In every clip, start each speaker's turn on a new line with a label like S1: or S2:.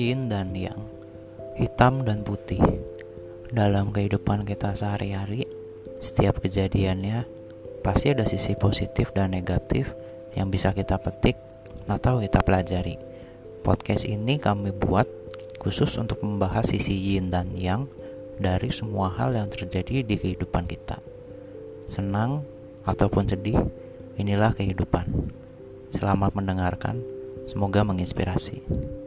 S1: Yin dan Yang, hitam dan putih. Dalam kehidupan kita sehari-hari, setiap kejadiannya pasti ada sisi positif dan negatif yang bisa kita petik atau kita pelajari. Podcast ini kami buat khusus untuk membahas sisi Yin dan Yang dari semua hal yang terjadi di kehidupan kita. Senang ataupun sedih, inilah kehidupan. Selamat mendengarkan, semoga menginspirasi.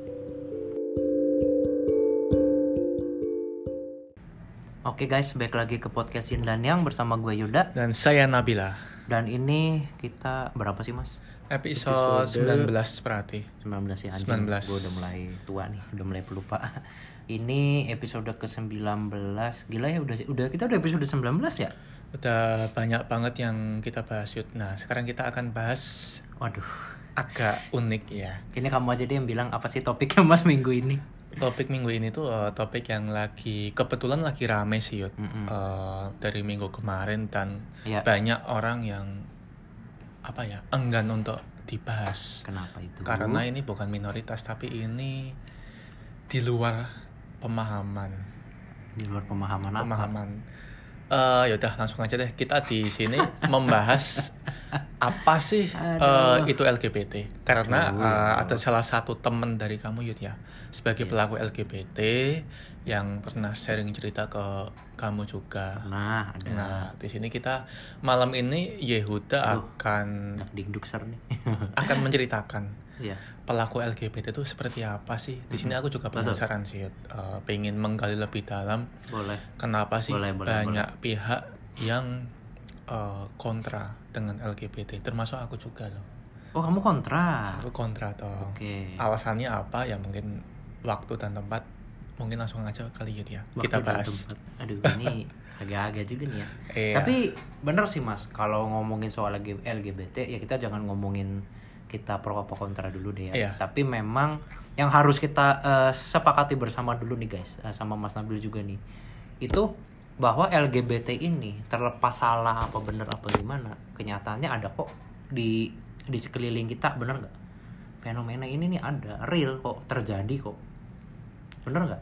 S1: Oke guys, balik lagi ke podcast Yin dan Yang bersama gue Yuda.
S2: Dan saya Nabila.
S1: Dan ini kita berapa sih mas?
S2: Episode 19 berarti
S1: 19 ya anjing.
S2: 19.
S1: Gue udah mulai tua nih, udah mulai pelupa. Ini episode ke-19. Gila ya, udah kita udah episode 19 ya?
S2: Udah banyak banget yang kita bahas Yud. Nah sekarang kita akan bahas
S1: Waduh,
S2: agak unik ya.
S1: ini kamu aja deh yang bilang apa sih topiknya mas minggu ini.
S2: Topik minggu ini tuh topik yang kebetulan lagi rame sih Yud. Dari minggu kemarin dan banyak orang yang enggan untuk dibahas.
S1: Kenapa itu?
S2: Karena ini bukan minoritas tapi ini di luar pemahaman.
S1: Di luar pemahaman apa?
S2: Yaudah langsung aja deh, kita di sini membahas apa sih itu LGBT. Karena ada salah satu teman dari kamu Yud ya, sebagai pelaku LGBT yang pernah sharing cerita ke kamu juga.
S1: Nah, ada.
S2: Nah, di sini kita malam ini Yehuda akan akan menceritakan pelaku LGBT itu seperti apa sih? Di sini aku juga penasaran sih, pengen menggali lebih dalam.
S1: Boleh.
S2: Kenapa sih banyak
S1: boleh.
S2: pihak yang kontra dengan LGBT, termasuk aku juga loh.
S1: Oh, kamu kontra?
S2: Aku kontra toh.
S1: Oke.
S2: Alasannya apa ya? Mungkin waktu dan tempat. Mungkin langsung aja kali ya. Kita bahas.
S1: Aduh, ini agak-agak juga nih ya.
S2: Iya.
S1: Tapi bener sih mas, kalau ngomongin soal LGBT ya kita jangan ngomongin kita pro apa kontra dulu deh ya.
S2: Iya.
S1: Tapi memang yang harus kita sepakati bersama dulu nih guys, sama Mas Nabil juga nih, itu bahwa LGBT ini terlepas salah apa bener apa gimana, kenyataannya ada kok di sekeliling kita, bener nggak? Fenomena ini nih ada, real kok, terjadi kok, bener nggak?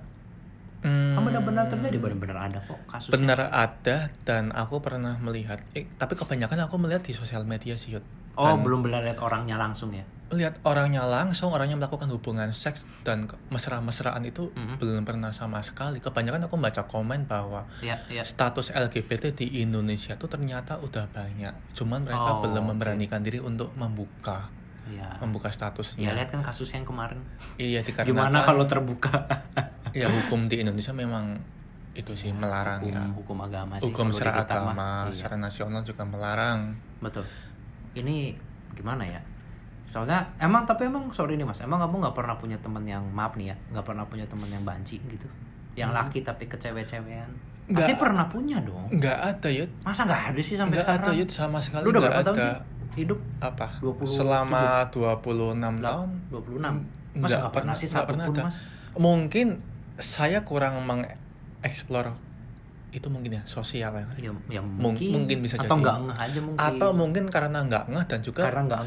S1: Benar-benar terjadi, benar-benar ada kok kasusnya.
S2: Benar ada, dan aku pernah melihat. Tapi kebanyakan aku melihat di sosial media sih Yud.
S1: Oh, belum benar lihat orangnya langsung ya?
S2: Lihat orangnya langsung, orangnya melakukan hubungan seks dan mesra-mesraan itu belum pernah sama sekali. Kebanyakan aku baca komen bahwa status LGBT di Indonesia tuh ternyata udah banyak. Cuman mereka belum memberanikan diri untuk membuka statusnya.
S1: Ya lihat kan kasus yang kemarin.
S2: Iya, dikarenakan
S1: gimana kalau terbuka?
S2: Ya hukum di Indonesia memang itu sih melarang
S1: hukum agama sih.
S2: Hukum secara agama, secara nasional juga melarang.
S1: Betul. Ini gimana ya? Soalnya sorry nih mas, emang kamu nggak pernah punya teman yang nggak pernah punya teman yang banci gitu, yang laki tapi kecewe-cewean? Pasti pernah punya dong.
S2: Nggak ada Yud.
S1: Masa nggak ada sih sampai sekarang?
S2: Nggak ada Yud sama sekali.
S1: Lu udah berapa tahun sih hidup?
S2: Apa?
S1: 27.
S2: Selama 26 tahun.
S1: 26. Masa nggak pernah sih satu pun mas?
S2: Mungkin saya kurang mengeksplor itu mungkin ya, sosial ya.
S1: Ya mungkin
S2: bisa
S1: atau
S2: jadi.
S1: Nggak ngeh aja mungkin.
S2: Atau mungkin karena nggak ngeh dan juga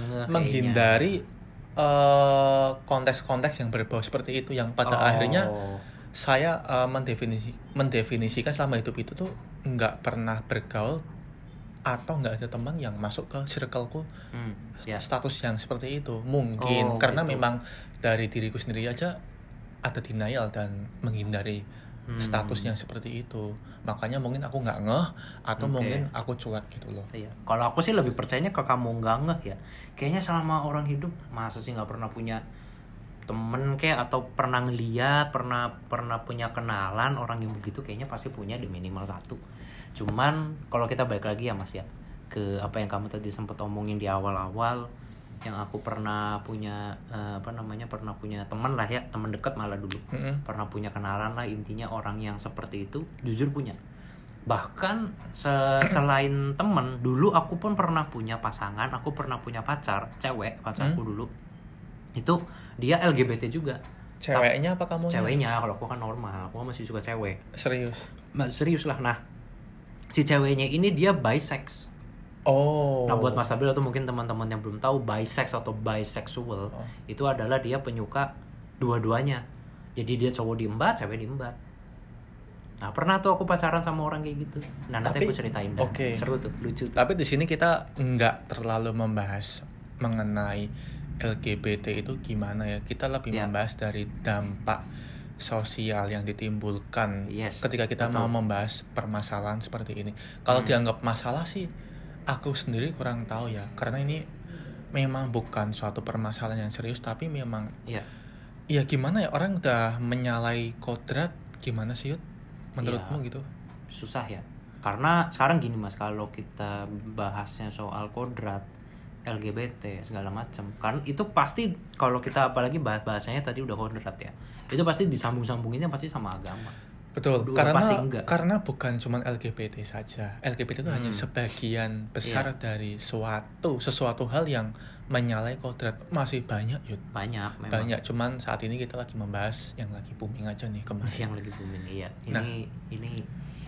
S2: menghindari konteks-konteks yang berbau seperti itu, yang pada akhirnya saya mendefinisikan selama hidup itu tuh nggak pernah bergaul atau nggak ada teman yang masuk ke circleku status yang seperti itu. Mungkin karena memang dari diriku sendiri aja ada denial dan menghindari status yang seperti itu. Makanya mungkin aku nggak ngeh atau mungkin aku cuek gitu loh.
S1: Iya. Kalau aku sih lebih percayanya ke kamu nggak ngeh ya. Kayaknya selama orang hidup masa sih nggak pernah punya temen kayak, atau pernah ngeliat, pernah punya kenalan orang yang begitu, kayaknya pasti punya di minimal satu. Cuman kalau kita balik lagi ya mas ya, ke apa yang kamu tadi sempat omongin di awal-awal, yang aku pernah punya pernah punya teman lah ya, teman dekat malah dulu, pernah punya kenalan lah, intinya orang yang seperti itu jujur punya. Bahkan selain teman, dulu aku pun pernah punya pasangan, aku pernah punya pacarku dulu itu dia LGBT juga.
S2: Ceweknya apa kamu?
S1: Ceweknya, kalau aku kan normal, aku masih suka cewek.
S2: Serius
S1: lah. Nah, si ceweknya ini dia bisex. Nah, buat Mas Nabil atau mungkin teman-teman yang belum tahu, bisex atau bisexual itu adalah dia penyuka dua-duanya. Jadi dia cowok diembat, cewek diembat. Nah pernah tuh aku pacaran sama orang kayak gitu. Nah nanti aku ceritain dah. Seru tuh, lucu tuh.
S2: Tapi di sini kita nggak terlalu membahas mengenai LGBT itu gimana ya. Kita lebih membahas dari dampak sosial yang ditimbulkan ketika kita mau membahas permasalahan seperti ini. Kalau dianggap masalah sih aku sendiri kurang tahu ya, karena ini memang bukan suatu permasalahan yang serius, tapi memang ya gimana ya, orang udah menyalahi kodrat, gimana sih Yud menurutmu gitu?
S1: Susah ya, karena sekarang gini Mas, kalau kita bahasnya soal kodrat LGBT segala macam, kan itu pasti kalau kita apalagi bahasanya tadi udah kodrat ya, itu pasti disambung-sambunginnya pasti sama agama.
S2: Betul, karena bukan cuma LGBT saja. LGBT itu hanya sebagian besar dari sesuatu hal yang menyalahi kodrat. Masih banyak Yud.
S1: Memang.
S2: Banyak, cuman saat ini kita lagi membahas yang lagi booming aja nih kemarin.
S1: Yang lagi booming, iya. Ini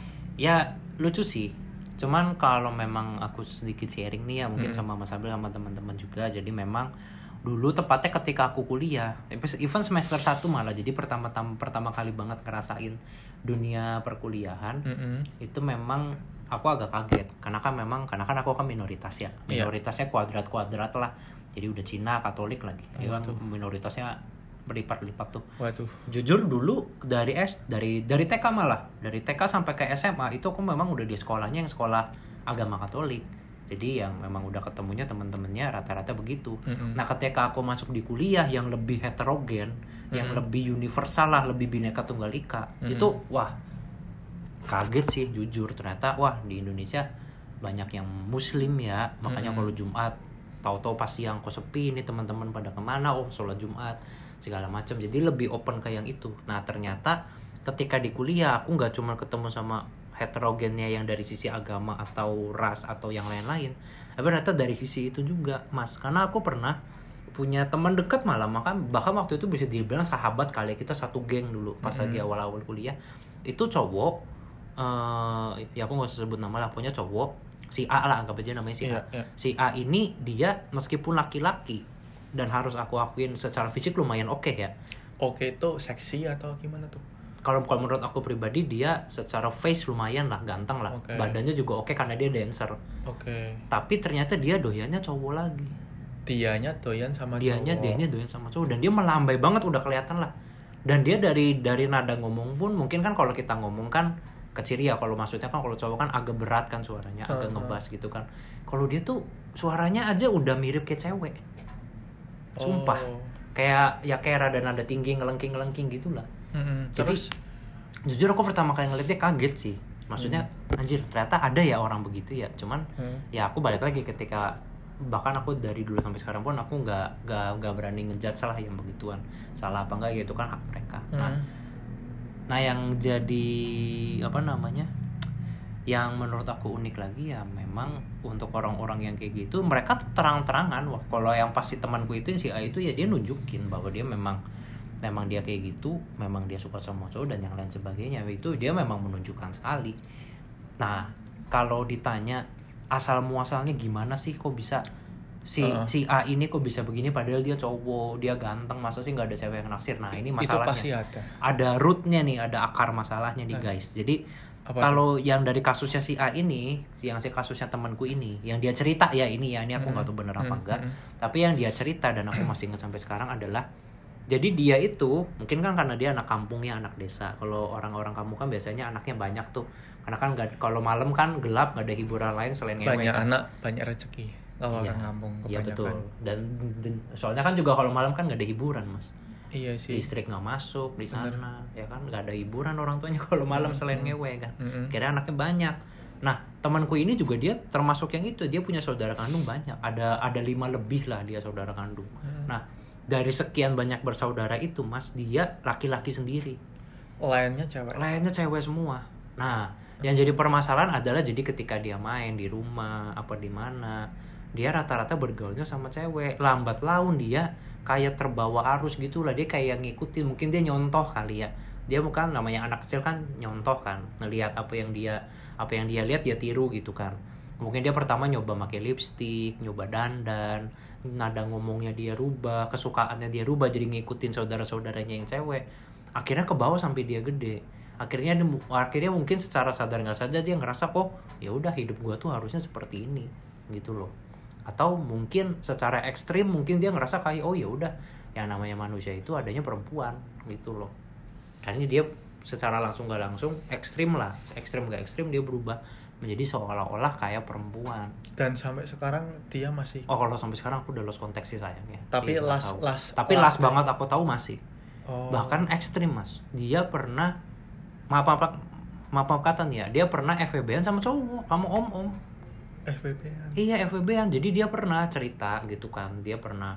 S1: ya lucu sih. Cuman kalau memang aku sedikit sharing nih ya, mungkin sama Mas Abil sama teman-teman juga. Jadi memang dulu tepatnya ketika aku kuliah, even semester 1 malah, jadi pertama kali banget ngerasain dunia perkuliahan. Itu memang aku agak kaget karena kan aku kan minoritas ya, minoritasnya kuadrat lah, jadi udah Cina Katolik lagi, minoritasnya berlipat-lipat tuh. Jujur dulu dari TK malah, dari TK sampai ke SMA itu aku memang udah di sekolahnya yang sekolah agama Katolik. Jadi yang memang udah ketemunya teman-temannya rata-rata begitu. Nah ketika aku masuk di kuliah yang lebih heterogen, yang lebih universal lah, lebih bineka tunggal ika, itu wah kaget sih jujur. Ternyata wah di Indonesia banyak yang Muslim ya, makanya kalau Jumat tahu-tahu pas siang kok sepi, ini teman-teman pada kemana, sholat Jumat segala macam. Jadi lebih open ke yang itu. Nah ternyata ketika di kuliah aku nggak cuma ketemu sama heterogennya yang dari sisi agama atau ras atau yang lain-lain, tapi ternyata dari sisi itu juga Mas, karena aku pernah punya teman dekat malah, bahkan waktu itu bisa dibilang sahabat kali, kita satu geng dulu pas lagi awal-awal kuliah. Itu cowok, ya aku nggak usah sebut nama lah, punya cowok si A lah, anggap aja namanya si A. Si A ini dia meskipun laki-laki dan harus aku akuin secara fisik lumayan oke ya.
S2: Oke itu seksi atau gimana tuh?
S1: Kalau menurut aku pribadi dia secara face lumayan lah, ganteng lah, badannya juga oke karena dia dancer. Tapi ternyata dia doyannya cowok lagi.
S2: Dianya doyan sama cowok
S1: dan dia melambai banget, udah kelihatan lah. Dan dia dari nada ngomong pun mungkin kan kalau kita ngomong kan kecil ya, kalau maksudnya kan kalau cowok kan agak berat kan suaranya, agak ngebas gitu kan. Kalau dia tuh suaranya aja udah mirip kayak cewek. Sumpah. Kayak rada nada tinggi ngelengking gitulah. Terus jujur aku pertama kali ngeliat dia kaget sih, maksudnya anjir ternyata ada ya orang begitu ya. Cuman ya aku balik lagi, ketika bahkan aku dari dulu sampai sekarang pun aku nggak berani ngejudge salah yang begituan, salah apa enggak gitu kan hak mereka. Nah yang jadi yang menurut aku unik lagi ya, memang untuk orang-orang yang kayak gitu mereka terang-terangan. Wah kalau yang pasti temanku itu si A itu ya dia nunjukin bahwa dia memang dia kayak gitu, memang dia suka sama cowok dan yang lain sebagainya, itu dia memang menunjukkan sekali. Nah kalau ditanya asal muasalnya gimana sih, kok bisa si A ini kok bisa begini padahal dia cowok, dia ganteng, masa sih nggak ada cewek yang naksir. Nah ini masalahnya,
S2: itu pasti
S1: ada rootnya nih, ada akar masalahnya nih guys. Jadi kalau yang dari kasusnya si A ini, yang si kasusnya temanku ini, yang dia cerita ya ini aku nggak tahu bener apa enggak, tapi yang dia cerita dan aku masih ingat sampai sekarang adalah, jadi dia itu mungkin kan karena dia anak kampungnya, anak desa. Kalau orang-orang kampung kan biasanya anaknya banyak tuh, karena kan kalau malam kan gelap, nggak ada hiburan lain selain ngewe.
S2: Banyak kan anak banyak rezeki kalau orang kampung kebanyakan.
S1: Iya betul. Dan soalnya kan juga kalau malam kan nggak ada hiburan Mas.
S2: Iya sih.
S1: Listrik nggak masuk di sana, ya kan, nggak ada hiburan orang tuanya kalau malam selain ngewe kan. Kira anaknya banyak. Nah temanku ini juga dia termasuk yang itu, dia punya saudara kandung banyak, ada 5 lebih lah dia saudara kandung. Nah dari sekian banyak bersaudara itu Mas, dia laki-laki sendiri, lainnya cewek semua. Nah yang jadi permasalahan adalah, jadi ketika dia main di rumah apa di mana, dia rata-rata bergaulnya sama cewek. Lambat laun dia kayak terbawa arus gitulah, dia kayak ngikutin, mungkin dia nyontoh kali ya. Dia bukan, namanya anak kecil kan nyontoh kan, ngelihat apa yang dia lihat dia tiru gitu kan. Mungkin dia pertama nyoba pakai lipstik, nyoba dandan, nada ngomongnya dia rubah, kesukaannya dia rubah jadi ngikutin saudara-saudaranya yang cewek. Akhirnya ke bawah sampai dia gede. Akhirnya mungkin secara sadar nggak sadar dia ngerasa kok ya udah hidup gua tuh harusnya seperti ini gitu loh. Atau mungkin secara ekstrim mungkin dia ngerasa kayak oh ya udah yang namanya manusia itu adanya perempuan gitu loh. Karena dia secara langsung nggak langsung ekstrim nggak ekstrim dia berubah menjadi seolah-olah kayak perempuan.
S2: Dan sampai sekarang dia masih.
S1: Oh kalau sampai sekarang aku udah lost konteks sih sayangnya.
S2: Tapi
S1: Tapi last banget aku tahu masih.
S2: Oh.
S1: Bahkan ekstrim mas. Dia pernah maaf kata nih ya. Dia pernah FWB-an sama cowok, sama om.
S2: FWB-an.
S1: Iya FWB-an. Jadi dia pernah cerita gitu kan. Dia pernah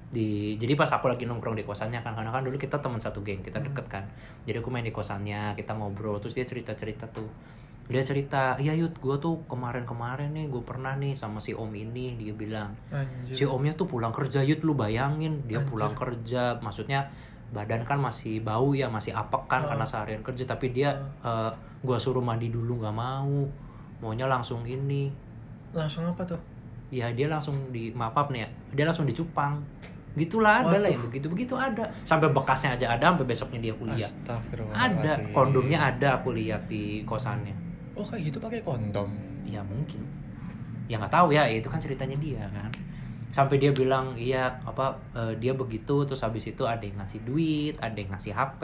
S1: jadi pas aku lagi nongkrong di kosannya kan, karena kan dulu kita teman satu geng, kita deket kan. Jadi aku main di kosannya, kita ngobrol, terus dia cerita tuh. Dia cerita, iya Yud, gue tuh kemarin nih gue pernah nih sama si om ini. Dia bilang,
S2: Anjir.
S1: si omnya tuh pulang kerja Yud, lu bayangin. Dia
S2: Anjir.
S1: pulang kerja, maksudnya badan kan masih bau ya, masih apek kan karena seharian kerja. Tapi dia, gue suruh mandi dulu gak mau, maunya langsung ini.
S2: Langsung apa tuh?
S1: Ya dia langsung maaf nih ya, dia langsung dicupang. Gitulah ada lah yang begitu ada. Sampai bekasnya aja ada, sampai besoknya dia kuliah. Ada, kondomnya ada aku lihat di kosannya.
S2: Oh kayak gitu pakai kondom?
S1: Ya mungkin. Ya nggak tahu ya, itu kan ceritanya dia kan. Sampai dia bilang iya dia begitu, terus habis itu ada yang ngasih duit, ada yang ngasih HP,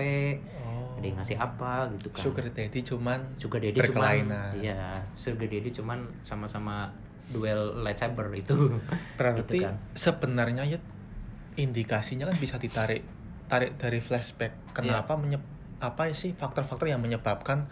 S1: ada yang ngasih apa gitu kan.
S2: Sugar daddy cuman
S1: berkelainan. Iya, sugar daddy cuman sama-sama duel lightsaber itu.
S2: Berarti
S1: gitu kan.
S2: Sebenarnya ya indikasinya kan bisa tarik dari flashback. Kenapa apa sih faktor-faktor yang menyebabkan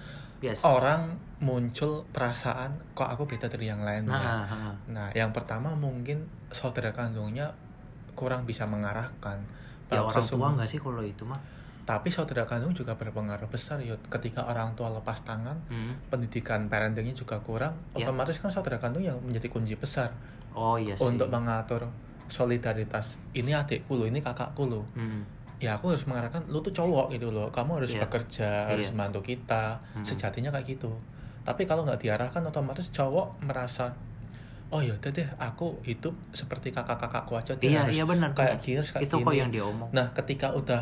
S2: orang muncul perasaan kok aku beda dari yang lain ya. Nah, yang pertama mungkin saudara kandungnya kurang bisa mengarahkan.
S1: Ya orang tua nggak sih kalau itu mah.
S2: Tapi saudara kandung juga berpengaruh besar Yud. Ketika orang tua lepas tangan, pendidikan parentingnya juga kurang, otomatis kan saudara kandung yang menjadi kunci besar.
S1: Oh iya sih.
S2: Untuk mengatur solidaritas. Ini adikku loh, ini kakakku loh. Ya aku harus mengarahkan lu tuh cowok gitu loh. Kamu harus bekerja, harus membantu kita. Sejatinya kayak gitu. Tapi kalau nggak diarahkan, otomatis cowok merasa oh ya udah deh, aku hidup seperti kakak-kakakku aja deh.
S1: Iya benar.
S2: Kayak gini, kayak
S1: itu
S2: gini.
S1: kok yang dia omong.
S2: Nah ketika udah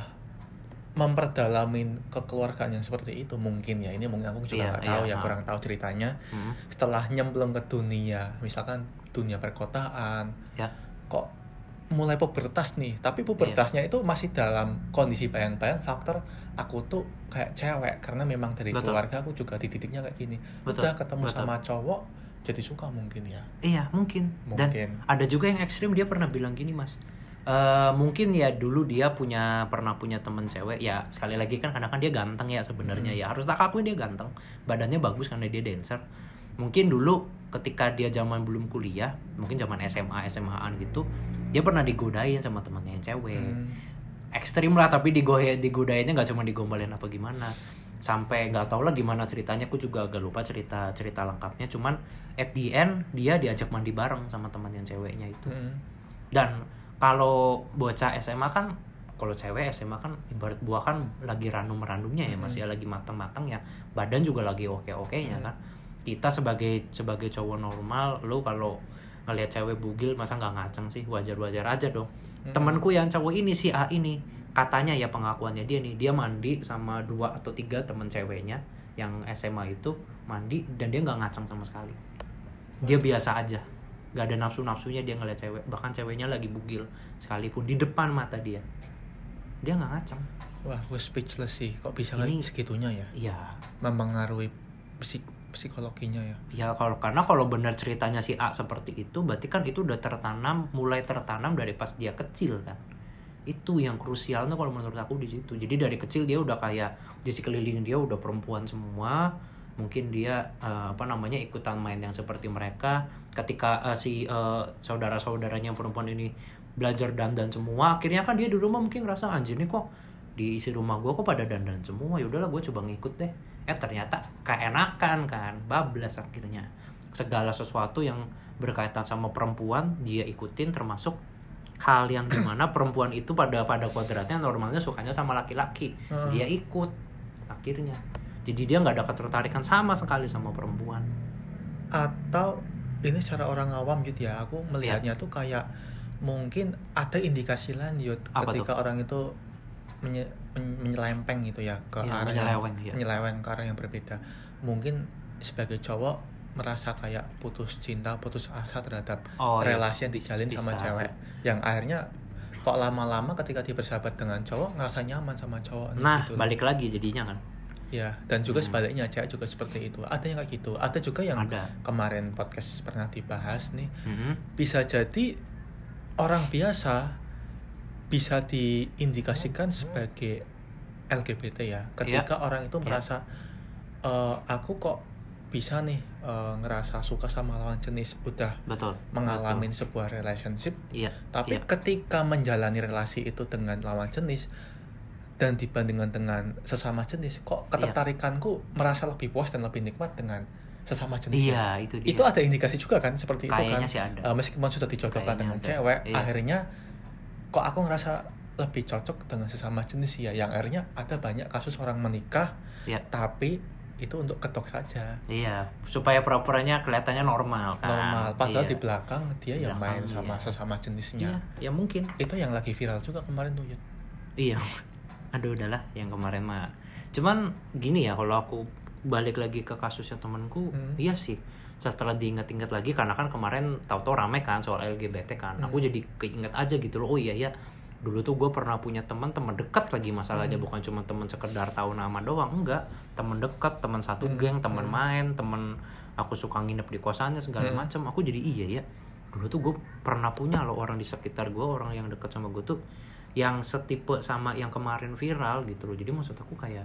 S2: memperdalamin kekeluargaan yang seperti itu mungkin ya, ini mungkin aku juga nggak tahu ya, kurang tahu ceritanya. Setelah nyemplung ke dunia, misalkan dunia perkotaan, kok mulai pubertas nih, tapi pubertasnya itu masih dalam kondisi bayang-bayang faktor aku tuh kayak cewek karena memang dari keluarga aku juga titiknya kayak gini. Udah ketemu sama cowok jadi suka mungkin ya.
S1: Iya mungkin. Dan ada juga yang ekstrim, dia pernah bilang gini mas. Mungkin ya dulu dia pernah punya temen cewek ya, sekali lagi kan karena kan dia ganteng ya sebenarnya ya, harus tak akuin dia ganteng, badannya bagus karena dia dancer. Mungkin dulu ketika dia zaman belum kuliah, mungkin zaman SMA-an gitu, dia pernah digodain sama temannya yang cewek. Ekstrim lah, tapi digodainnya nggak cuma digombalin apa gimana, sampai nggak tahu lah gimana ceritanya, aku juga agak lupa cerita lengkapnya. Cuman at the end dia diajak mandi bareng sama teman yang ceweknya itu. Dan kalau bocah SMA kan, kalau cewek SMA kan ibarat buah kan lagi ranum-ranumnya ya, masih lagi matang-matang ya, badan juga lagi oke-okenya kan. Kita sebagai cowok normal, lu kalau ngelihat cewek bugil masa nggak ngaceng sih, wajar-wajar aja dong. Temanku yang cowok ini, si A ini, katanya ya pengakuannya dia nih, dia mandi sama 2 atau 3 teman ceweknya yang SMA itu, mandi dan dia nggak ngaceng sama sekali. Dia biasa aja, nggak ada nafsu-nafsunya dia ngeliat cewek, bahkan ceweknya lagi bugil sekalipun di depan mata dia nggak ngaceng.
S2: Wah, gue speechless sih, kok bisa kayak segitunya ya?
S1: Iya.
S2: Mempengaruhi psikologinya ya.
S1: Ya karena kalau benar ceritanya si A seperti itu, berarti kan itu udah mulai tertanam dari pas dia kecil kan. Itu yang krusial tuh kalau menurut aku di situ. Jadi dari kecil dia udah kayak di sekeliling dia udah perempuan semua. Mungkin dia ikutan main yang seperti mereka. Ketika saudara-saudaranya perempuan ini belajar dandan semua, akhirnya kan dia di rumah mungkin ngerasa anjir nih kok di isi rumah gue kok pada dandan semua, ya udahlah gue coba ngikut deh. Ternyata keenakan kan, bablas akhirnya. Segala sesuatu yang berkaitan sama perempuan dia ikutin, termasuk hal yang dimana perempuan itu pada kodratnya normalnya sukanya sama laki-laki, dia ikut akhirnya. Jadi dia nggak ada ketertarikan sama sekali sama perempuan.
S2: Atau ini secara orang awam gitu ya, aku melihatnya tuh kayak mungkin ada indikasi lain Yud, ketika orang itu menyelempeng gitu ya ke arah menyeleweng ke arah yang berbeda. Mungkin sebagai cowok merasa kayak putus cinta, putus asa terhadap relasi yang dijalin sama cewek, yang akhirnya kok lama-lama ketika dia bersahabat dengan cowok ngerasa nyaman sama cowok.
S1: Nah
S2: gitu
S1: balik lagi jadinya kan.
S2: Ya, dan juga sebaliknya cewek juga seperti itu. Ada yang kayak gitu. Ada juga yang kemarin podcast pernah dibahas nih. Bisa jadi orang biasa bisa diindikasikan sebagai LGBT ya. Ketika orang itu merasa aku kok bisa nih ngerasa suka sama lawan jenis, udah mengalami sebuah relationship. Tapi ketika menjalani relasi itu dengan lawan jenis dan dibandingkan dengan sesama jenis, kok ketertarikanku merasa lebih puas dan lebih nikmat dengan sesama jenis. Itu ada indikasi juga kan seperti
S1: kayaknya
S2: itu kan. Meskipun sudah dijodohkan dengan cewek, akhirnya kok aku ngerasa lebih cocok dengan sesama jenis ya. Yang akhirnya ada banyak kasus orang menikah tapi itu untuk ketok saja.
S1: Supaya pura-puranya kelihatannya normal kan.
S2: Normal, padahal di belakang dia yang main sama sesama jenisnya.
S1: Ya mungkin.
S2: Itu yang lagi viral juga kemarin tuh ya.
S1: Aduh udahlah yang kemarin mah. Cuman gini ya, kalau aku balik lagi ke kasusnya temanku, iya sih. Setelah diingat-ingat lagi, karena kan kemarin tahu-tahu rame kan soal LGBT kan. Aku jadi keinget aja gitu loh. Oh iya dulu tuh gue pernah punya teman dekat lagi masalahnya, bukan cuma teman sekedar tahu nama doang, enggak, teman dekat, teman satu geng, teman main, teman aku suka nginep di kosannya segala macam. Aku jadi iya dulu tuh gue pernah punya loh orang di sekitar gue, orang yang dekat sama gue tuh yang setipe sama yang kemarin viral gitu loh. Jadi maksud aku kayak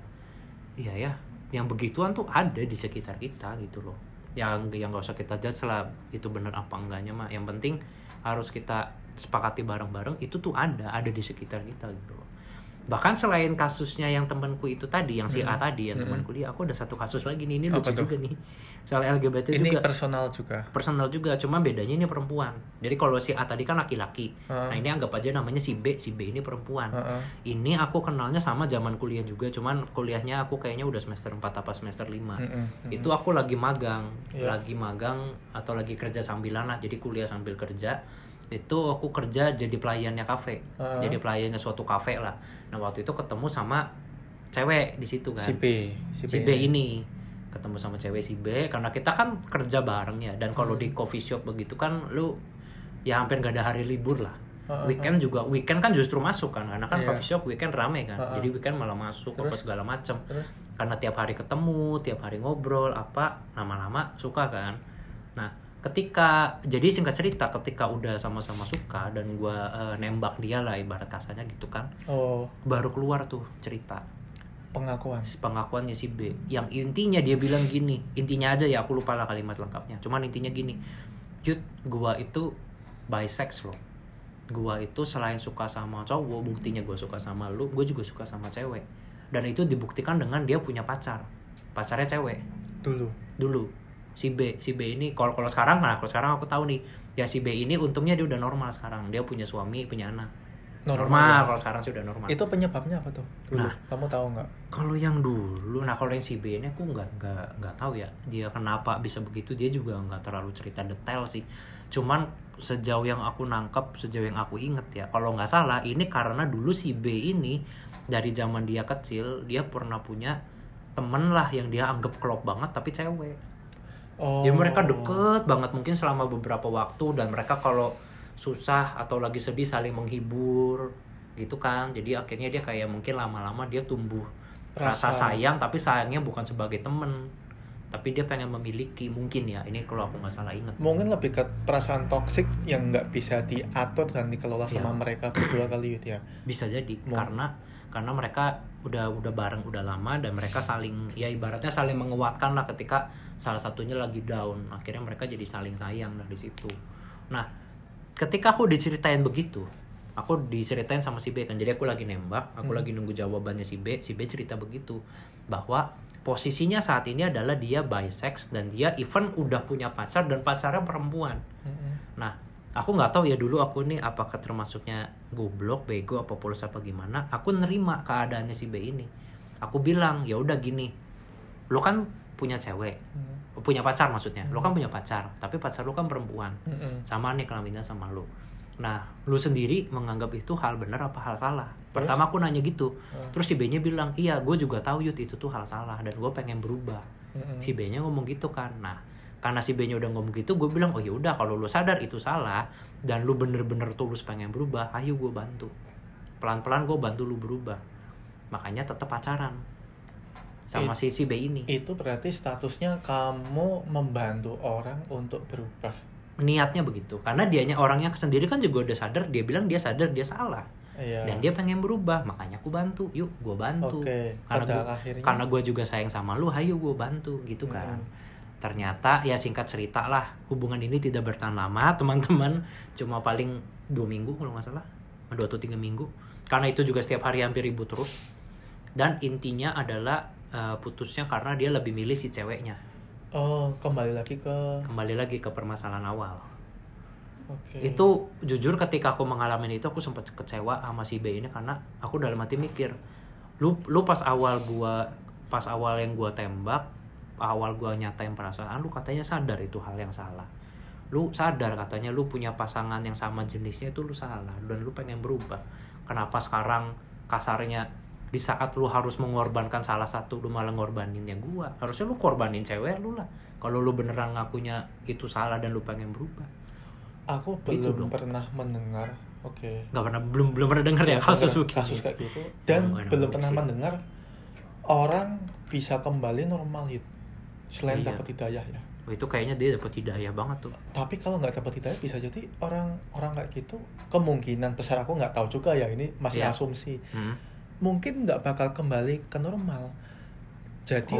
S1: yang begituan tuh ada di sekitar kita gitu loh. Yang nggak usah kita judge lah itu benar apa enggaknya mah. Yang penting harus kita sepakati bareng-bareng itu tuh ada di sekitar kita gitu loh. Bahkan selain kasusnya yang temanku itu tadi, yang si A tadi, yang teman kuliah, aku ada satu kasus lagi nih, ini lucu juga nih. Soal LGBT
S2: ini
S1: juga.
S2: Ini
S1: personal juga, cuma bedanya ini perempuan. Jadi kalau si A tadi kan laki-laki. Nah, ini anggap aja namanya si B ini perempuan. Ini aku kenalnya sama zaman kuliah juga, cuman kuliahnya aku kayaknya udah semester 4 apa semester 5. Itu aku lagi magang. Lagi magang atau lagi kerja sambilan lah. Jadi kuliah sambil kerja. Itu aku kerja jadi pelayannya kafe. Jadi pelayannya suatu kafe lah. Nah, waktu itu ketemu sama cewek di situ kan.
S2: Si B
S1: ini ketemu sama cewek si B, karena kita kan kerja bareng ya. Dan kalau di coffee shop begitu kan lu ya hampir gak ada hari libur lah. Weekend kan justru masuk kan, karena kan coffee shop weekend rame kan. Jadi weekend malah masuk apa segala macam. Karena tiap hari ketemu, tiap hari ngobrol apa, lama-lama suka kan. Nah, jadi singkat cerita, ketika udah sama-sama suka dan gue nembak dia lah ibarat kasarnya gitu kan, baru keluar tuh cerita pengakuannya si B, yang intinya dia bilang gini, intinya aja ya aku lupa lah kalimat lengkapnya, cuman intinya gini, Yud, gue itu bisex loh, gue itu selain suka sama cowok, buktinya gue suka sama lu, gue juga suka sama cewek, dan itu dibuktikan dengan dia punya pacarnya cewek dulu. Si B ini kalau sekarang aku tahu nih ya, si B ini untungnya dia udah normal sekarang, dia punya suami, punya anak normal. Kalau sekarang sih udah normal.
S2: Itu penyebabnya apa tuh dulu? Nah, kamu tahu nggak?
S1: Kalau yang dulu, kalau yang si B ini aku nggak tahu ya dia kenapa bisa begitu, dia juga nggak terlalu cerita detail sih. Cuman sejauh yang aku nangkep, sejauh yang aku inget ya, kalau nggak salah ini karena dulu si B ini dari zaman dia kecil dia pernah punya temen lah yang dia anggap klop banget tapi cewek. Jadi mereka deket banget mungkin selama beberapa waktu, dan mereka kalau susah atau lagi sedih saling menghibur gitu kan. Jadi akhirnya dia kayak mungkin lama-lama dia tumbuh rasa sayang, tapi sayangnya bukan sebagai temen, tapi dia pengen memiliki, mungkin ya, ini kalau aku nggak salah ingat.
S2: Mungkin lebih ke perasaan toksik yang nggak bisa diatur dan dikelola sama mereka berdua kali ya.
S1: Bisa jadi karena mereka udah bareng udah lama, dan mereka saling ya ibaratnya saling menguatkan lah ketika salah satunya lagi down. Akhirnya mereka jadi saling sayang dari situ. Nah, ketika aku diceritain begitu, aku diceritain sama si B kan, jadi aku lagi nembak, aku lagi nunggu jawabannya si B cerita begitu, bahwa posisinya saat ini adalah dia bisex, dan dia even udah punya pacar, dan pacarnya perempuan. Nah, aku nggak tahu ya dulu aku nih apakah termasuknya goblok, bego, apa polos apa gimana, aku nerima keadaannya si B ini. Aku bilang, ya udah gini, lo kan punya cewek, punya pacar maksudnya, lo kan punya pacar, tapi pacar lo kan perempuan, sama nih kelaminnya sama lo. Nah, lu sendiri menganggap itu hal benar apa hal salah? Pertama aku nanya gitu. Terus si B-nya bilang, iya gue juga tahu Yud itu tuh hal salah dan gue pengen berubah. Si B-nya ngomong gitu kan. Nah, karena si B-nya udah ngomong gitu, gue bilang, oh ya udah kalau lu sadar itu salah dan lu bener-bener tulus pengen berubah, ayo gue bantu. Pelan-pelan gue bantu lu berubah. Makanya tetap pacaran sama si B ini.
S2: Itu berarti statusnya kamu membantu orang untuk berubah.
S1: Niatnya begitu, karena dianya orangnya sendiri kan juga udah sadar, dia bilang dia sadar dia salah.
S2: Iya.
S1: Dan dia pengen berubah, makanya aku bantu, yuk gue bantu. Karena gue juga sayang sama lu, ayo gue bantu gitu kan. Ternyata ya singkat cerita lah, hubungan ini tidak bertahan lama teman-teman, cuma paling 2 minggu kalau nggak salah, 2 atau 3 minggu, karena itu juga setiap hari hampir ribut terus. Dan intinya adalah putusnya karena dia lebih milih si ceweknya.
S2: Oh, kembali lagi ke
S1: permasalahan awal.
S2: Okay.
S1: Itu jujur ketika aku mengalami itu aku sempat kecewa sama si B ini, karena aku dalam hati mikir, lu pas awal yang gua tembak, awal gua nyatain perasaan lu, katanya sadar itu hal yang salah. Lu sadar katanya lu punya pasangan yang sama jenisnya itu lu salah dan lu pengen berubah. Kenapa sekarang kasarnya di saat lu harus mengorbankan salah satu, lu malah ngorbaninnya gua? Harusnya lu korbanin cewek lu lah. Kalau lu beneran ngakunya itu salah dan lu pengen berubah.
S2: Aku belum pernah mendengar,
S1: belum pernah dengar ya kasus
S2: kayak gitu. Dan belum pernah mendengar orang bisa kembali normal itu selain dapat hidayah ya.
S1: Itu kayaknya dia dapat hidayah banget tuh.
S2: Tapi kalau nggak dapat hidayah bisa jadi orang kayak gitu, kemungkinan besar, aku nggak tahu juga ya, ini masih asumsi. Mungkin nggak bakal kembali ke normal. Jadi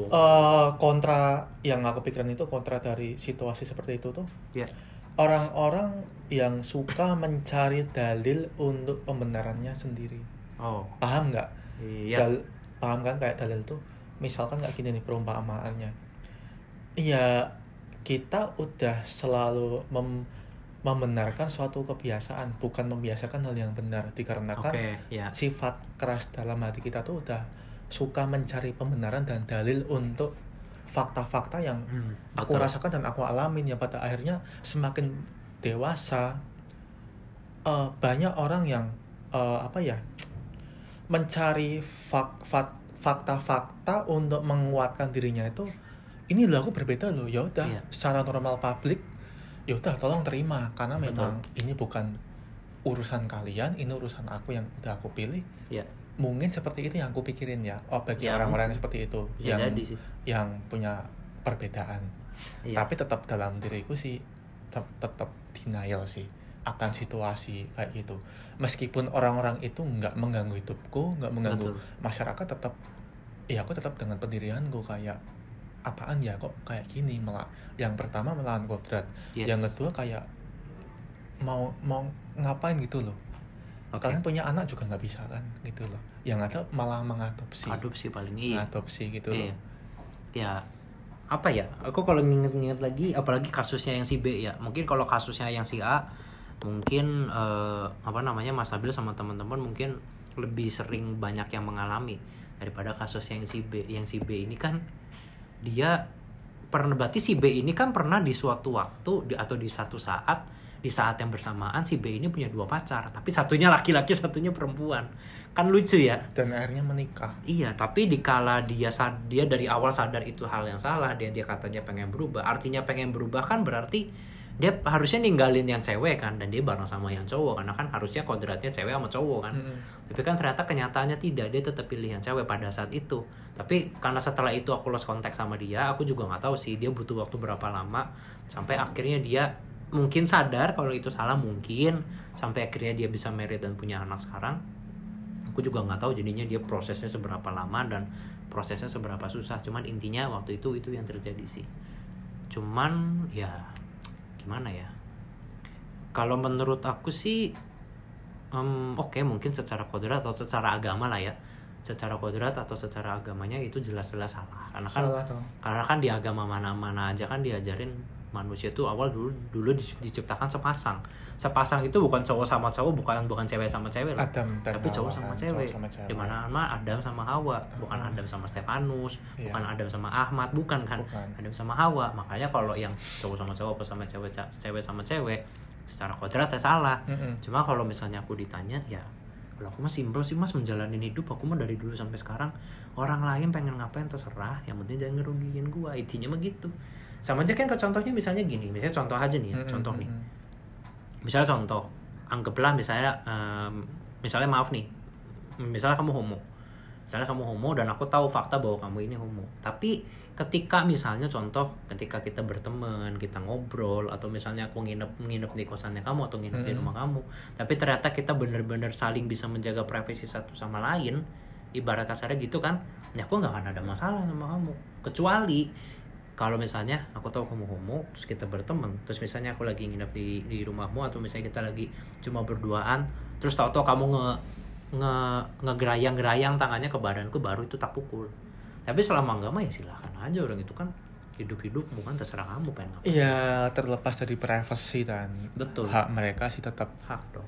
S2: kontra yang aku pikiran itu, kontra dari situasi seperti itu tuh, orang-orang yang suka mencari dalil untuk pembenarannya sendiri. Paham nggak? Paham kan, kayak dalil tuh misalkan kayak gini nih perumpamaannya. Iya, kita udah selalu membenarkan suatu kebiasaan, bukan membiasakan hal yang benar, dikarenakan sifat keras dalam hati kita tuh udah suka mencari pembenaran dan dalil untuk fakta-fakta yang aku rasakan dan aku alamin. Ya pada akhirnya semakin dewasa, banyak orang yang mencari fakta-fakta untuk menguatkan dirinya itu. Ini loh aku berbeda loh, ya udah secara normal publik, ya udah tolong terima, karena memang ini bukan urusan kalian, ini urusan aku yang udah aku pilih. Mungkin seperti itu yang aku pikirin ya. Bagi orang-orang yang seperti itu, yang punya perbedaan. Tapi tetap dalam diriku sih tetap denial sih akan situasi kayak gitu. Meskipun orang-orang itu nggak mengganggu hidupku, nggak mengganggu masyarakat, tetap ya aku tetap dengan pendirianku, kayak apaan ya kok kayak gini, malah yang pertama melawan kodrat, yang kedua kayak mau ngapain gitu loh. Kalian punya anak juga nggak bisa kan gitu loh, yang ada malah mengadopsi
S1: paling
S2: mengadopsi gitu loh.
S1: Ya apa ya, aku kalau nginget lagi, apalagi kasusnya yang si B ya, mungkin kalau kasusnya yang si A mungkin Mas Nabil sama teman-teman mungkin lebih sering banyak yang mengalami daripada kasus yang si B. Yang si B ini kan dia berarti si B ini kan pernah di suatu waktu atau di satu saat, di saat yang bersamaan si B ini punya 2 pacar, tapi satunya laki-laki, satunya perempuan. Kan lucu ya, dan
S2: akhirnya menikah.
S1: Iya, tapi dikala dia dari awal sadar itu hal yang salah, dia katanya pengen berubah. Artinya pengen berubah kan berarti dia harusnya ninggalin yang cewek kan, dan dia bareng sama yang cowok, karena kan harusnya kodratnya cewek sama cowok kan. Tapi kan ternyata kenyataannya tidak, dia tetap pilih yang cewek pada saat itu. Tapi karena setelah itu aku lost contact sama dia, aku juga nggak tahu sih dia butuh waktu berapa lama sampai akhirnya dia mungkin sadar kalau itu salah, mungkin sampai akhirnya dia bisa married dan punya anak sekarang. Aku juga nggak tahu jadinya dia prosesnya seberapa lama dan prosesnya seberapa susah. Cuman intinya waktu itu yang terjadi sih. Cuman ya gimana ya, kalau menurut aku sih mungkin secara kodrat atau secara agama lah ya, secara kodrat atau secara agamanya itu jelas-jelas salah, karena kan di agama mana-mana aja kan diajarin manusia itu awal dulu diciptakan sepasang itu bukan cowok sama cowok, bukan cewek sama cewek loh, tapi cowok sama cewek. Dimana Adam sama Hawa, bukan Adam sama Stefanus, bukan Adam sama Ahmad, bukan kan, Adam sama Hawa. Makanya kalau yang cowok sama cowok sama cewek sama cewek secara kodrat ya salah. Cuma kalau misalnya aku ditanya ya, kalau aku mah simpel sih mas, menjalani hidup aku mah dari dulu sampai sekarang, orang lain pengen ngapain terserah, yang penting jangan ngerugiin gua, intinya mah gitu. Sama aja kan ke contohnya misalnya gini, misalnya contoh aja nih ya, contoh nih, misalnya contoh, anggaplah misalnya misalnya maaf nih, misalnya kamu homo, dan aku tahu fakta bahwa kamu ini homo, tapi ketika misalnya contoh, ketika kita berteman, kita ngobrol, atau misalnya aku nginep di kosannya kamu atau nginep di rumah kamu, tapi ternyata kita benar-benar saling bisa menjaga privasi satu sama lain, ibarat kasarnya gitu kan, ya aku nggak akan ada masalah sama kamu. Kecuali kalau misalnya aku tahu kamu homo, terus kita berteman, terus misalnya aku lagi nginep di rumahmu, atau misalnya kita lagi cuma berduaan, terus tahu-tahu kamu ngegerayang-gerayang tangannya ke badanku, baru itu tak pukul. Tapi selama enggak mah ya silahkan aja, orang itu kan hidup-hidupmu kan, terserah kamu pengen ngapain.
S2: Iya, terlepas dari privasi dan
S1: betul,
S2: hak mereka sih tetap
S1: hak dong.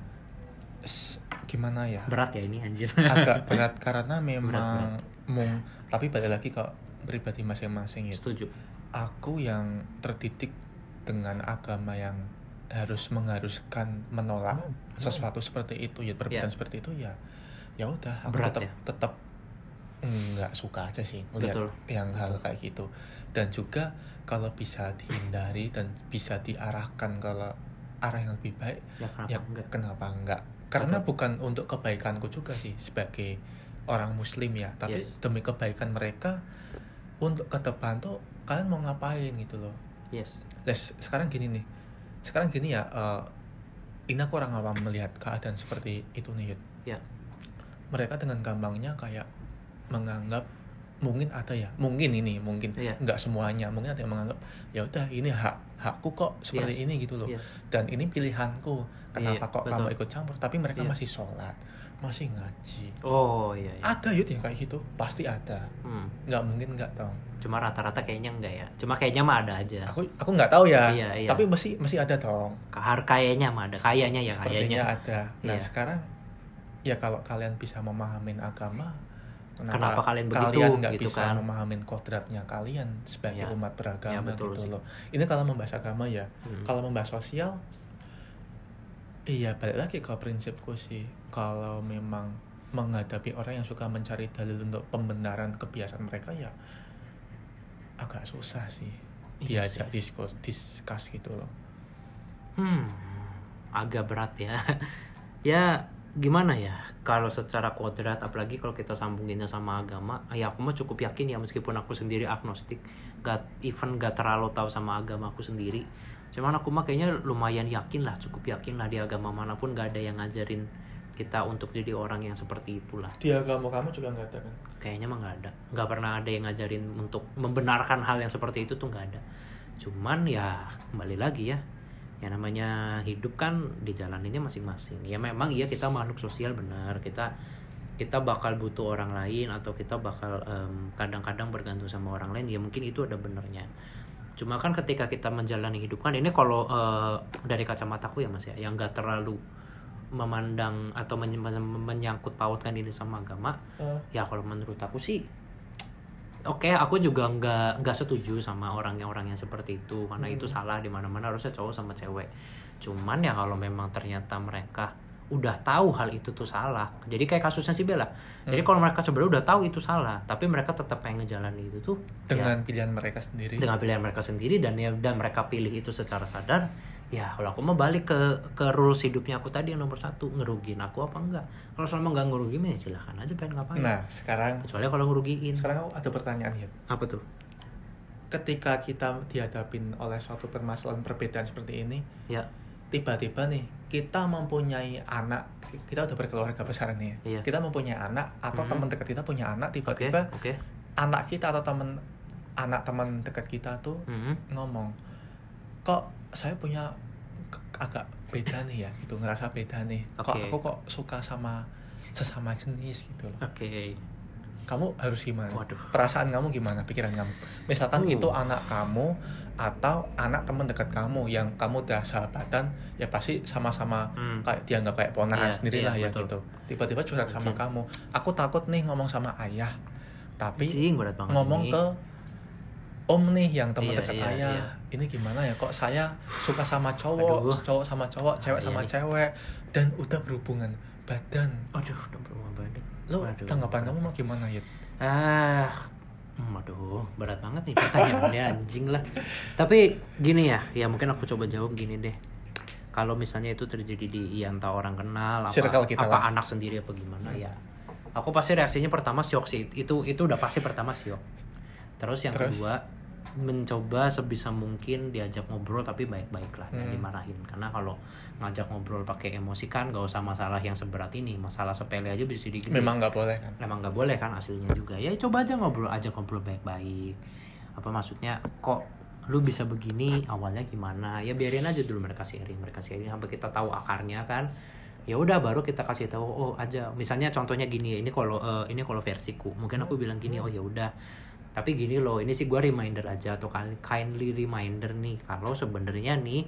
S2: Gimana ya?
S1: Berat ya ini anjir.
S2: Agak berat karena memang
S1: berat.
S2: Tapi balik lagi ke pribadi masing-masing ya.
S1: Setuju.
S2: Aku yang terdidik dengan agama yang mengharuskan menolak sesuatu seperti itu ya, perbedaan seperti itu ya udah, aku
S1: berat,
S2: tetap nggak suka aja sih melihat yang hal kayak gitu. Dan juga kalau bisa dihindari dan bisa diarahkan ke arah yang lebih baik, kenapa enggak? Karena bukan untuk kebaikanku juga sih sebagai orang muslim ya, tapi demi kebaikan mereka untuk ke depan tuh kalian mau ngapain gitu loh. Sekarang gini ya, ini aku orang awam melihat keadaan seperti itu nih ya. Mereka dengan gampangnya kayak menganggap, mungkin nggak semuanya, mungkin ada yang menganggap ya udah ini hakku kok seperti ini gitu loh, dan ini pilihanku, kenapa kok kamu ikut campur? Tapi mereka masih sholat, masih ngaji. Ada yang kayak gitu, pasti ada. Nggak mungkin nggak dong.
S1: Cuma rata-rata kayaknya enggak ya, cuma kayaknya mah ada aja.
S2: Aku nggak tahu ya, tapi masih ada dong.
S1: Kayaknya mah ada, kayaknya ya,
S2: sepertinya ada. Nah sekarang ya kalau kalian bisa memahamin agama, kenapa kalian nggak gitu bisa memahamin kodratnya kalian sebagai umat beragama gitu sih loh. Ini kalau membahas agama ya. Kalau membahas sosial, balik lagi ke prinsipku sih. Kalau memang menghadapi orang yang suka mencari dalil untuk pembenaran kebiasaan mereka ya agak susah sih diajak diskus gitu loh.
S1: Agak berat ya. Ya gimana ya, kalau secara kodrat, apalagi kalau kita sambunginnya sama agama, ya aku mah cukup yakin ya, meskipun aku sendiri agnostik, gak terlalu tahu sama agama aku sendiri, cuman aku mah kayaknya lumayan yakin lah, cukup yakin lah di agama manapun gak ada yang ngajarin kita untuk jadi orang yang seperti itulah.
S2: Di agama kamu juga gak ada kan?
S1: Kayaknya mah gak ada, gak pernah ada yang ngajarin untuk membenarkan hal yang seperti itu tuh, gak ada. Cuman ya kembali lagi ya, yang namanya hidup kan dijalaninnya masing-masing. Ya memang iya kita makhluk sosial, benar, kita bakal butuh orang lain, atau kita bakal kadang-kadang bergantung sama orang lain, ya mungkin itu ada benernya. Cuma kan ketika kita menjalani hidup kan, ini kalau dari kacamataku ya mas ya, yang gak terlalu memandang atau menyangkut pautkan ini sama agama, ya kalau menurut aku sih aku juga nggak setuju sama orang-orang yang seperti itu, karena itu salah di mana-mana, harusnya cowok sama cewek. Cuman ya kalau memang ternyata mereka udah tahu hal itu tuh salah, jadi kayak kasusnya si Bella. Jadi kalau mereka sebenarnya udah tahu itu salah, tapi mereka tetap pengen ngejalanin itu tuh
S2: dengan pilihan mereka sendiri,
S1: dan mereka pilih itu secara sadar. Ya kalau aku mau balik ke rules hidupnya aku tadi yang nomor 1, ngerugiin aku apa enggak. Kalau selama enggak ngerugiin ya silahkan aja pengen ngapain.
S2: Nah sekarang,
S1: kecuali kalau ngerugiin.
S2: Sekarang ada pertanyaan ya.
S1: Apa tuh?
S2: Ketika kita dihadapin oleh suatu permasalahan perbedaan seperti ini,
S1: ya
S2: tiba-tiba nih kita mempunyai anak, kita udah berkeluarga besar nih, kita mempunyai anak, atau teman dekat kita punya anak, tiba-tiba anak kita atau anak teman dekat kita tuh ngomong, kok saya punya agak beda nih ya, gitu, ngerasa beda nih, kok aku kok suka sama sesama jenis gitu loh. Kamu harus gimana? Perasaan kamu gimana? Pikiran kamu? Misalkan itu anak kamu atau anak teman dekat kamu yang kamu udah sahabatan, ya pasti sama-sama kayak dianggap kayak ponakan sendiri lah ya gitu. Tiba-tiba curhat sama kamu, aku takut nih ngomong sama ayah, tapi ngomong ke om nih yang teman dekat ayah. ini gimana ya, kok saya suka sama cowok, cowok sama cowok, cewek sama cewek, dan udah berhubungan badan.
S1: Udah berhubungan badan.
S2: Lo tanggapan kamu mau gimana ya?
S1: Aduh, berat banget nih pertanyaannya, anjing lah. Tapi gini ya mungkin aku coba jawab gini deh. Kalau misalnya itu terjadi di entah orang kenal, apa anak sendiri apa gimana ya, aku pasti reaksinya pertama syok sih. Itu udah pasti pertama syok. Terus yang kedua, mencoba sebisa mungkin diajak ngobrol tapi baik-baik lah, dan dimarahin. Karena kalau ngajak ngobrol pakai emosi kan gak usah masalah yang seberat ini, masalah sepele aja bisa jadi gede.
S2: Memang gak boleh kan?
S1: Memang gak boleh kan hasilnya juga. Ya coba aja ngobrol baik-baik. Apa maksudnya, kok lu bisa begini, awalnya gimana? Ya biarin aja dulu mereka sharing sampai kita tahu akarnya kan. Ya udah baru kita kasih tahu aja. Misalnya contohnya gini, ini kalau versiku. Mungkin aku bilang gini, ya udah. Tapi gini loh, ini sih gue reminder aja atau kindly reminder nih, kalau sebenarnya nih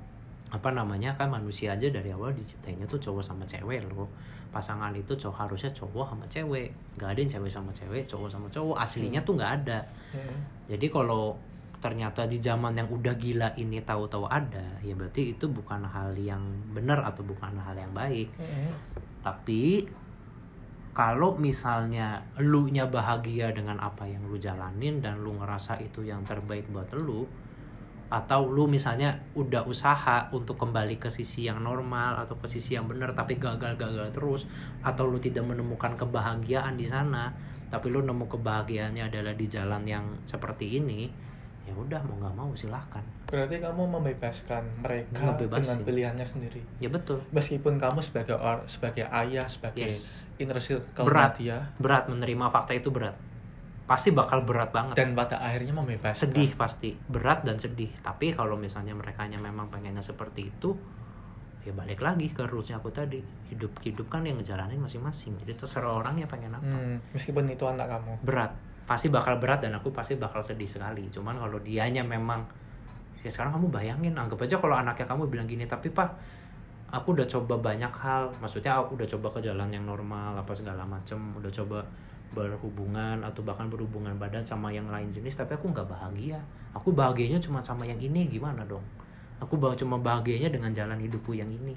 S1: kan manusia aja dari awal diciptainnya tuh cowok sama cewek loh. Pasangan itu harusnya cowok sama cewek, nggak ada yang cewek sama cewek, cowok sama cowok, aslinya tuh nggak ada. Jadi kalau ternyata di zaman yang udah gila ini tahu-tahu ada, ya berarti itu bukan hal yang benar atau bukan hal yang baik. Tapi kalau misalnya lu nya bahagia dengan apa yang lu jalanin dan lu ngerasa itu yang terbaik buat lu, atau lu misalnya udah usaha untuk kembali ke sisi yang normal atau ke sisi yang benar tapi gagal terus, atau lu tidak menemukan kebahagiaan di sana tapi lu nemu kebahagiaannya adalah di jalan yang seperti ini, ya udah mau nggak mau silahkan.
S2: Berarti kamu membebaskan mereka dengan pilihannya sendiri.
S1: Ya betul.
S2: Meskipun kamu sebagai ayah, sebagai inner circle dia,
S1: berat menerima fakta itu, berat. Pasti bakal berat banget.
S2: Dan pada akhirnya membebaskan.
S1: Sedih pasti, berat dan sedih. Tapi kalau misalnya merekanya memang pengennya seperti itu, ya balik lagi ke rulesnya aku tadi. Hidup kan yang ngejalanin masing-masing. Jadi terserah orangnya pengen apa.
S2: Meskipun itu anak kamu.
S1: Berat. Pasti bakal berat dan aku pasti bakal sedih sekali. Cuman kalau dianya memang, ya sekarang kamu bayangin, anggap aja kalau anaknya kamu bilang gini, tapi Pak, aku udah coba banyak hal, maksudnya aku udah coba ke jalan yang normal apa segala macem, udah coba berhubungan atau bahkan berhubungan badan sama yang lain jenis, tapi aku nggak bahagia. Aku bahagianya cuma sama yang ini, gimana dong? Aku cuma bahagianya dengan jalan hidupku yang ini.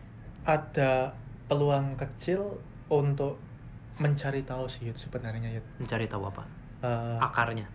S2: Ada peluang kecil untuk mencari tahu sih sebenarnya ya.
S1: Mencari tahu apa? Akarnya.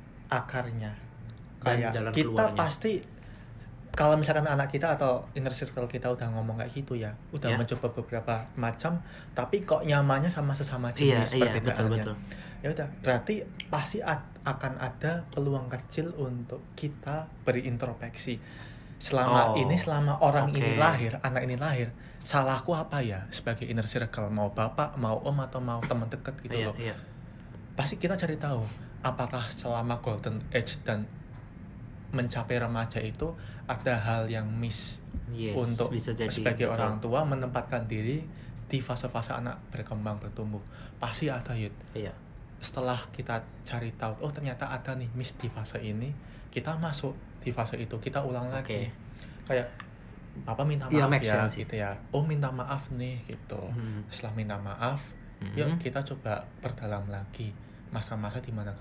S2: Kayak kita keluarnya. Pasti kalau misalkan anak kita atau inner circle kita udah ngomong kayak gitu ya, udah mencoba beberapa macam, tapi kok nyamannya sama sesama jenis perbedaannya. Ya udah, berarti pasti akan ada peluang kecil untuk kita berintrospeksi. Selama orang ini lahir, anak ini lahir, salahku apa ya sebagai inner circle, mau bapak, mau om atau mau teman dekat gitu loh. Pasti kita cari tahu apakah selama golden age dan mencapai remaja itu ada hal yang miss untuk sebagai orang tua menempatkan diri di fase-fase anak berkembang bertumbuh. Pasti ada Yud. Setelah kita cari tahu, ternyata ada nih miss di fase ini, kita masuk di fase itu, kita ulang lagi. Kayak papa minta maaf ya gitu ya, minta maaf nih gitu. Setelah minta maaf, yuk kita coba perdalam lagi masa-masa di mana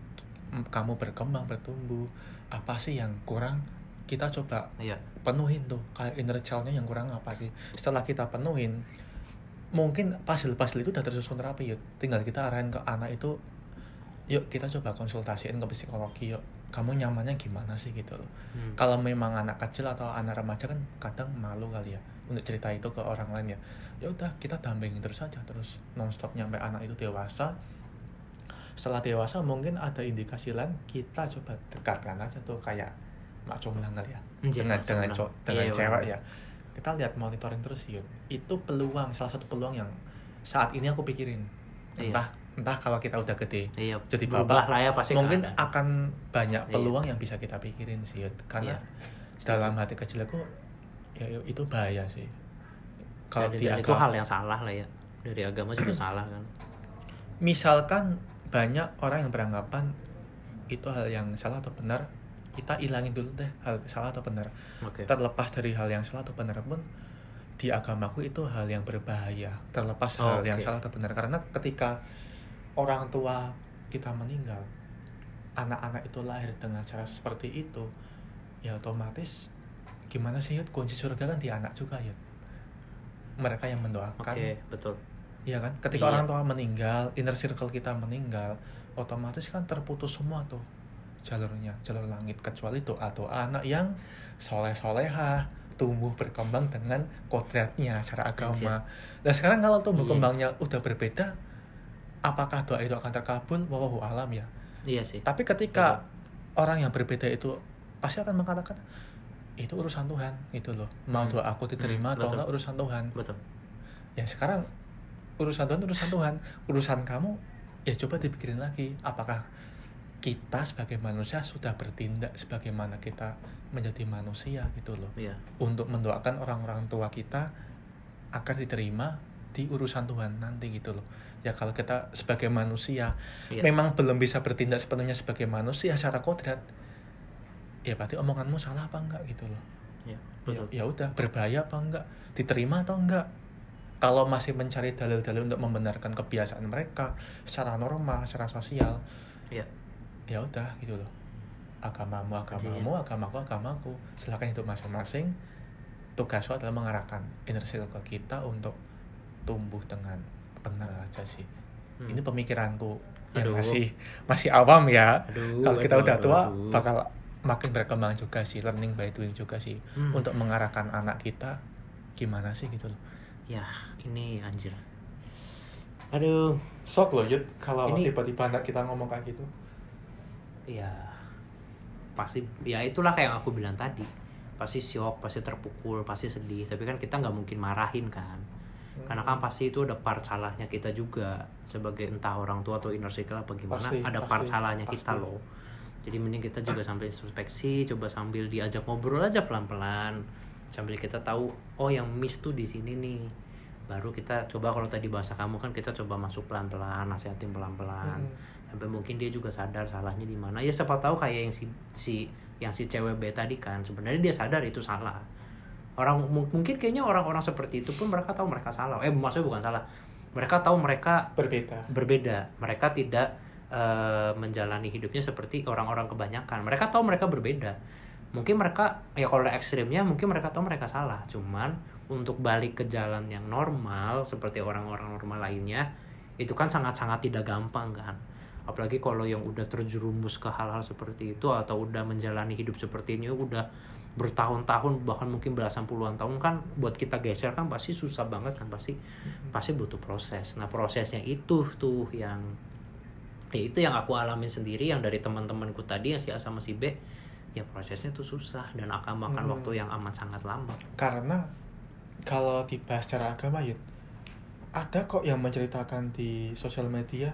S2: kamu berkembang bertumbuh, apa sih yang kurang, kita coba penuhin tuh, kayak inner child-nya yang kurang apa sih. Setelah kita penuhin, mungkin puzzle itu udah tersusun rapi, yuk tinggal kita arahin ke anak itu, yuk kita coba konsultasiin ke psikologi, yuk kamu nyamannya gimana sih gitu loh. Kalau memang anak kecil atau anak remaja kan kadang malu kali ya untuk cerita itu ke orang lain ya udah kita dampingin terus aja, terus nonstop nyampe anak itu dewasa. Setelah dewasa mungkin ada indikasi lain, kita coba dekatkan aja tuh kayak Mak Comblang kali ya, dengan cewek ya. Kita lihat monitoring terus yuk. Itu peluang, salah satu peluang yang saat ini aku pikirin. Entah kalau kita udah gede, jadi bapak,
S1: ya,
S2: mungkin akan banyak peluang yang bisa kita pikirin sih yuk. Karena dalam hati kecil aku ya itu bahaya sih. Kalau
S1: itu hal yang salah lah ya, dari agama juga salah kan.
S2: Misalkan banyak orang yang beranggapan itu hal yang salah atau benar, kita ilangin dulu deh hal salah atau benar. Terlepas dari hal yang salah atau benar pun, di agamaku itu hal yang berbahaya, terlepas hal yang salah atau benar. Karena ketika orang tua kita meninggal, anak-anak itu lahir dengan cara seperti itu, ya otomatis gimana sih Yud, kunci surga kan di anak juga Yud, mereka yang mendoakan.
S1: Oke, betul.
S2: Iya kan, ketika
S1: Iya.
S2: orang tua meninggal, inner circle kita meninggal, otomatis kan terputus semua tuh jalurnya, jalur langit, kecuali doa anak yang soleh-soleha, tumbuh berkembang dengan kodratnya secara agama. Nah sekarang kalau tumbuh
S1: Iya.
S2: kembangnya udah berbeda, apakah doa itu akan terkabul? Wallahu alam ya.
S1: Iya sih.
S2: Tapi ketika orang yang berbeda itu pasti akan mengatakan itu urusan Tuhan, itu loh, mau doa aku diterima atau
S1: betul.
S2: enggak urusan Tuhan.
S1: Betul.
S2: Ya sekarang urusan Tuhan, urusan kamu ya coba dipikirin lagi, apakah kita sebagai manusia sudah bertindak sebagaimana kita menjadi manusia gitu loh,
S1: Iya.
S2: untuk mendoakan orang-orang tua kita agar diterima di urusan Tuhan nanti gitu loh. Ya kalau kita sebagai manusia
S1: Iya.
S2: memang belum bisa bertindak sepenuhnya sebagai manusia secara kodrat, ya berarti omonganmu salah apa enggak gitu loh.
S1: Iya, betul.
S2: Ya udah, berbahaya apa enggak, diterima atau enggak. Kalau masih mencari dalil-dalil untuk membenarkan kebiasaan mereka secara norma, secara sosial,
S1: Iya.
S2: ya udah gitu loh. Agamamu, agamaku. Silakan hidup masing-masing. Tugasku adalah mengarahkan inner circle kita untuk tumbuh dengan benar aja sih. Ini pemikiranku yang masih awam ya. Kalau kita udah tua bakal makin berkembang juga sih, learning by doing juga sih, untuk mengarahkan anak kita gimana sih gitu loh.
S1: Ya, ini anjir. Aduh.
S2: Shock loh Yud kalau
S1: Ini-
S2: tiba-tiba anak kita ngomong kayak gitu.
S1: Ya, pasti ya itulah kayak yang aku bilang tadi. Pasti syok, pasti terpukul, pasti sedih. Tapi kan kita nggak mungkin marahin kan. Karena kan pasti itu ada part salahnya kita juga sebagai entah orang tua atau inner circle apa gimana, ada part salahnya kita loh. Jadi mending kita juga sambil introspeksi, coba sambil diajak ngobrol aja pelan-pelan. Sambil kita tahu oh yang miss tuh di sini nih. Baru kita coba, kalau tadi bahasa kamu kan kita coba masuk pelan-pelan, nasihatin pelan-pelan. Sampai mungkin dia juga sadar salahnya di mana. Ya siapa tahu kayak yang si cewek B tadi kan, sebenarnya dia sadar itu salah. Mungkin kayaknya orang-orang seperti itu pun mereka tahu mereka salah. Maksudnya bukan salah. Mereka tahu mereka berbeda. Mereka tidak menjalani hidupnya seperti orang-orang kebanyakan. Mereka tahu mereka berbeda. Mungkin mereka, ya kalau ekstrimnya mungkin mereka tahu mereka salah. Cuman untuk balik ke jalan yang normal seperti orang-orang normal lainnya, itu kan sangat-sangat tidak gampang kan. Apalagi kalau yang udah terjerumus ke hal-hal seperti itu atau udah menjalani hidup seperti ini udah bertahun-tahun, bahkan mungkin belasan puluhan tahun kan, buat kita geser kan pasti susah banget kan, pasti butuh proses. Nah prosesnya itu tuh yang itu yang aku alamin sendiri, yang dari teman-temanku tadi yang si A sama si B, ya prosesnya tuh susah dan akan makan waktu yang amat sangat lama.
S2: Karena kalau dibahas secara agama Yud, ada kok yang menceritakan di sosial media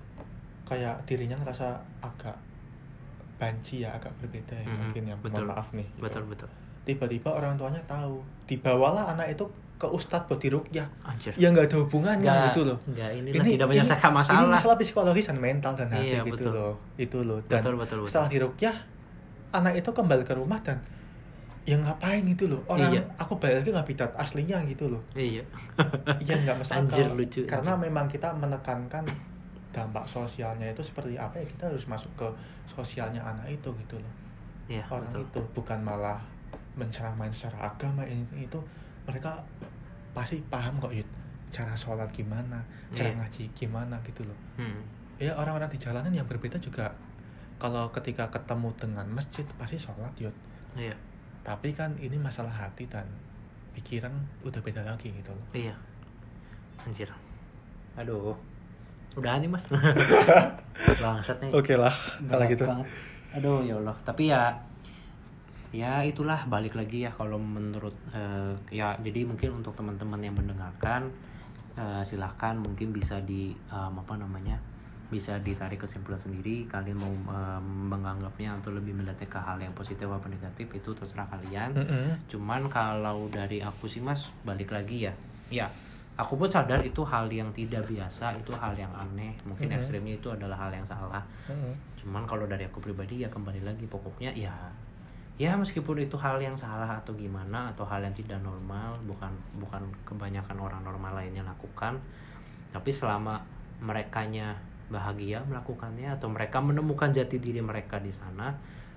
S2: kayak dirinya ngerasa agak banci ya, agak berbeda ya, mungkin ya, mohon maaf nih gitu.
S1: Betul.
S2: Tiba-tiba orang tuanya tahu, dibawalah anak itu ke ustadz buat diruqyah.
S1: Anjir.
S2: Ya nggak ada hubungannya gitu loh.
S1: Ini tidak menyelesaikan masalah.
S2: Ini masalah psikologis dan mental dan hati gitu
S1: betul.
S2: loh. Itu loh. Dan
S1: betul.
S2: setelah diruqyah, anak itu kembali ke rumah dan ya ngapain gitu loh. Orang aku balik lagi nggak bidat aslinya gitu loh.
S1: Iya.
S2: Iya nggak masuk akal.
S1: Anjir, lucu.
S2: Karena memang kita menekankan dampak sosialnya itu seperti apa ya, kita harus masuk ke sosialnya anak itu gitu loh.
S1: Iya,
S2: Orang
S1: betul.
S2: itu bukan malah menceramain secara agama, itu mereka pasti paham kok Yud, cara sholat gimana, cara ngaji gimana gitu loh. Ya orang-orang di jalanan yang berbeda juga kalau ketika ketemu dengan masjid pasti sholat Yud.
S1: Iya.
S2: Tapi kan ini masalah hati dan pikiran udah beda lagi gitu loh.
S1: Iya. Anjir. Aduh. Udah nih Mas. Bangsat nih.
S2: Oke lah kalau gitu.
S1: Banget. Aduh ya Allah. Tapi ya itulah, balik lagi ya kalau menurut ya jadi mungkin untuk teman-teman yang mendengarkan silakan mungkin bisa bisa ditarik kesimpulan sendiri. Kalian mau menganggapnya atau lebih melihatnya ke hal yang positif apa negatif itu terserah kalian. Cuman kalau dari aku sih Mas, balik lagi ya aku pun sadar itu hal yang tidak biasa, itu hal yang aneh, mungkin ekstrimnya itu adalah hal yang salah. Cuman kalau dari aku pribadi ya kembali lagi pokoknya ya meskipun itu hal yang salah atau gimana atau hal yang tidak normal, bukan kebanyakan orang normal lainnya lakukan, tapi selama merekanya bahagia melakukannya atau mereka menemukan jati diri mereka di sana,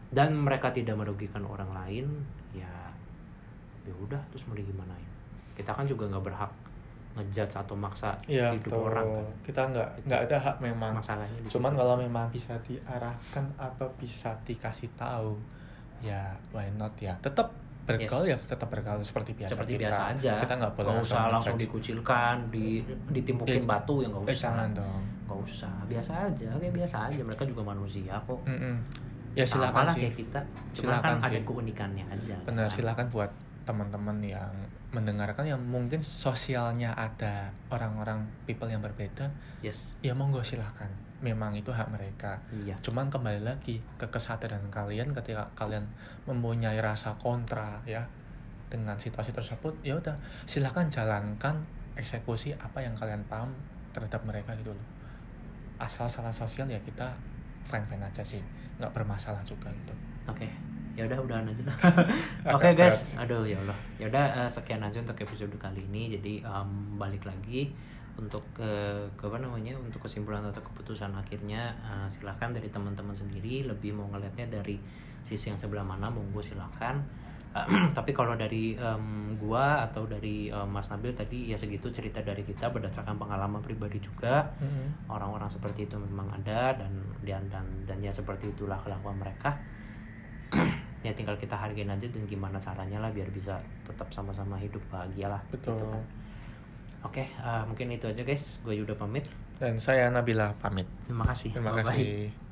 S1: dan mereka tidak merugikan orang lain, ya udah, terus mau digimanain. Kita kan juga nggak berhak ngejudge atau maksa
S2: ya,
S1: hidup
S2: betul.
S1: orang kan.
S2: Kita nggak ada hak memang.
S1: Masalahnya di
S2: Cuman
S1: situ.
S2: kalau memang bisa diarahkan atau bisa dikasih tahu, ya why not ya. Tetap bergaul,
S1: Yes.
S2: ya tetap bergaul seperti biasa
S1: Seperti
S2: kita.
S1: biasa aja.
S2: Kita nggak boleh
S1: Nggak usah langsung
S2: ngejudge.
S1: dikucilkan, ditimpukin batu, ya nggak usah.
S2: Jangan dong.
S1: Nggak usah, biasa aja, kayak biasa aja. Mereka juga manusia kok.
S2: Ya silakan
S1: Sama lah
S2: sih.
S1: kayak kita. Cuma
S2: Silakan
S1: kan ada
S2: sih.
S1: keunikannya aja.
S2: Benar,
S1: kan?
S2: silakan buat teman-teman yang mendengarkan yang mungkin sosialnya ada orang-orang people yang berbeda,
S1: Yes.
S2: ya monggo silahkan, memang itu hak mereka.
S1: Iya.
S2: Cuman kembali lagi ke kesadaran kalian ketika kalian mempunyai rasa kontra ya dengan situasi tersebut, ya udah silahkan jalankan eksekusi apa yang kalian paham terhadap mereka gitu loh. Asal salah sosial ya kita fine aja sih, nggak bermasalah juga gitu.
S1: Oke. Ya udahan aja lah.
S2: Agak
S1: Oke guys,
S2: berat.
S1: aduh ya Allah. Ya udah, sekian aja untuk episode kali ini. Jadi balik lagi untuk ke apa namanya, untuk kesimpulan atau keputusan akhirnya, silahkan dari teman-teman sendiri lebih mau ngelihatnya dari sisi yang sebelah mana, monggo silahkan. Tapi kalau dari gua atau dari Mas Nabil tadi, ya segitu cerita dari kita berdasarkan pengalaman pribadi juga. Orang-orang seperti itu memang ada, dan ya seperti itulah kelakuan mereka. Ya tinggal kita hargain aja dan gimana caranya lah biar bisa tetap sama-sama hidup bahagia lah.
S2: Betul.
S1: Gitu kan. Oke, mungkin itu aja guys. Gue Yuda pamit.
S2: Dan saya Nabila pamit.
S1: Terima kasih.
S2: Terima
S1: Bye-bye.
S2: kasih.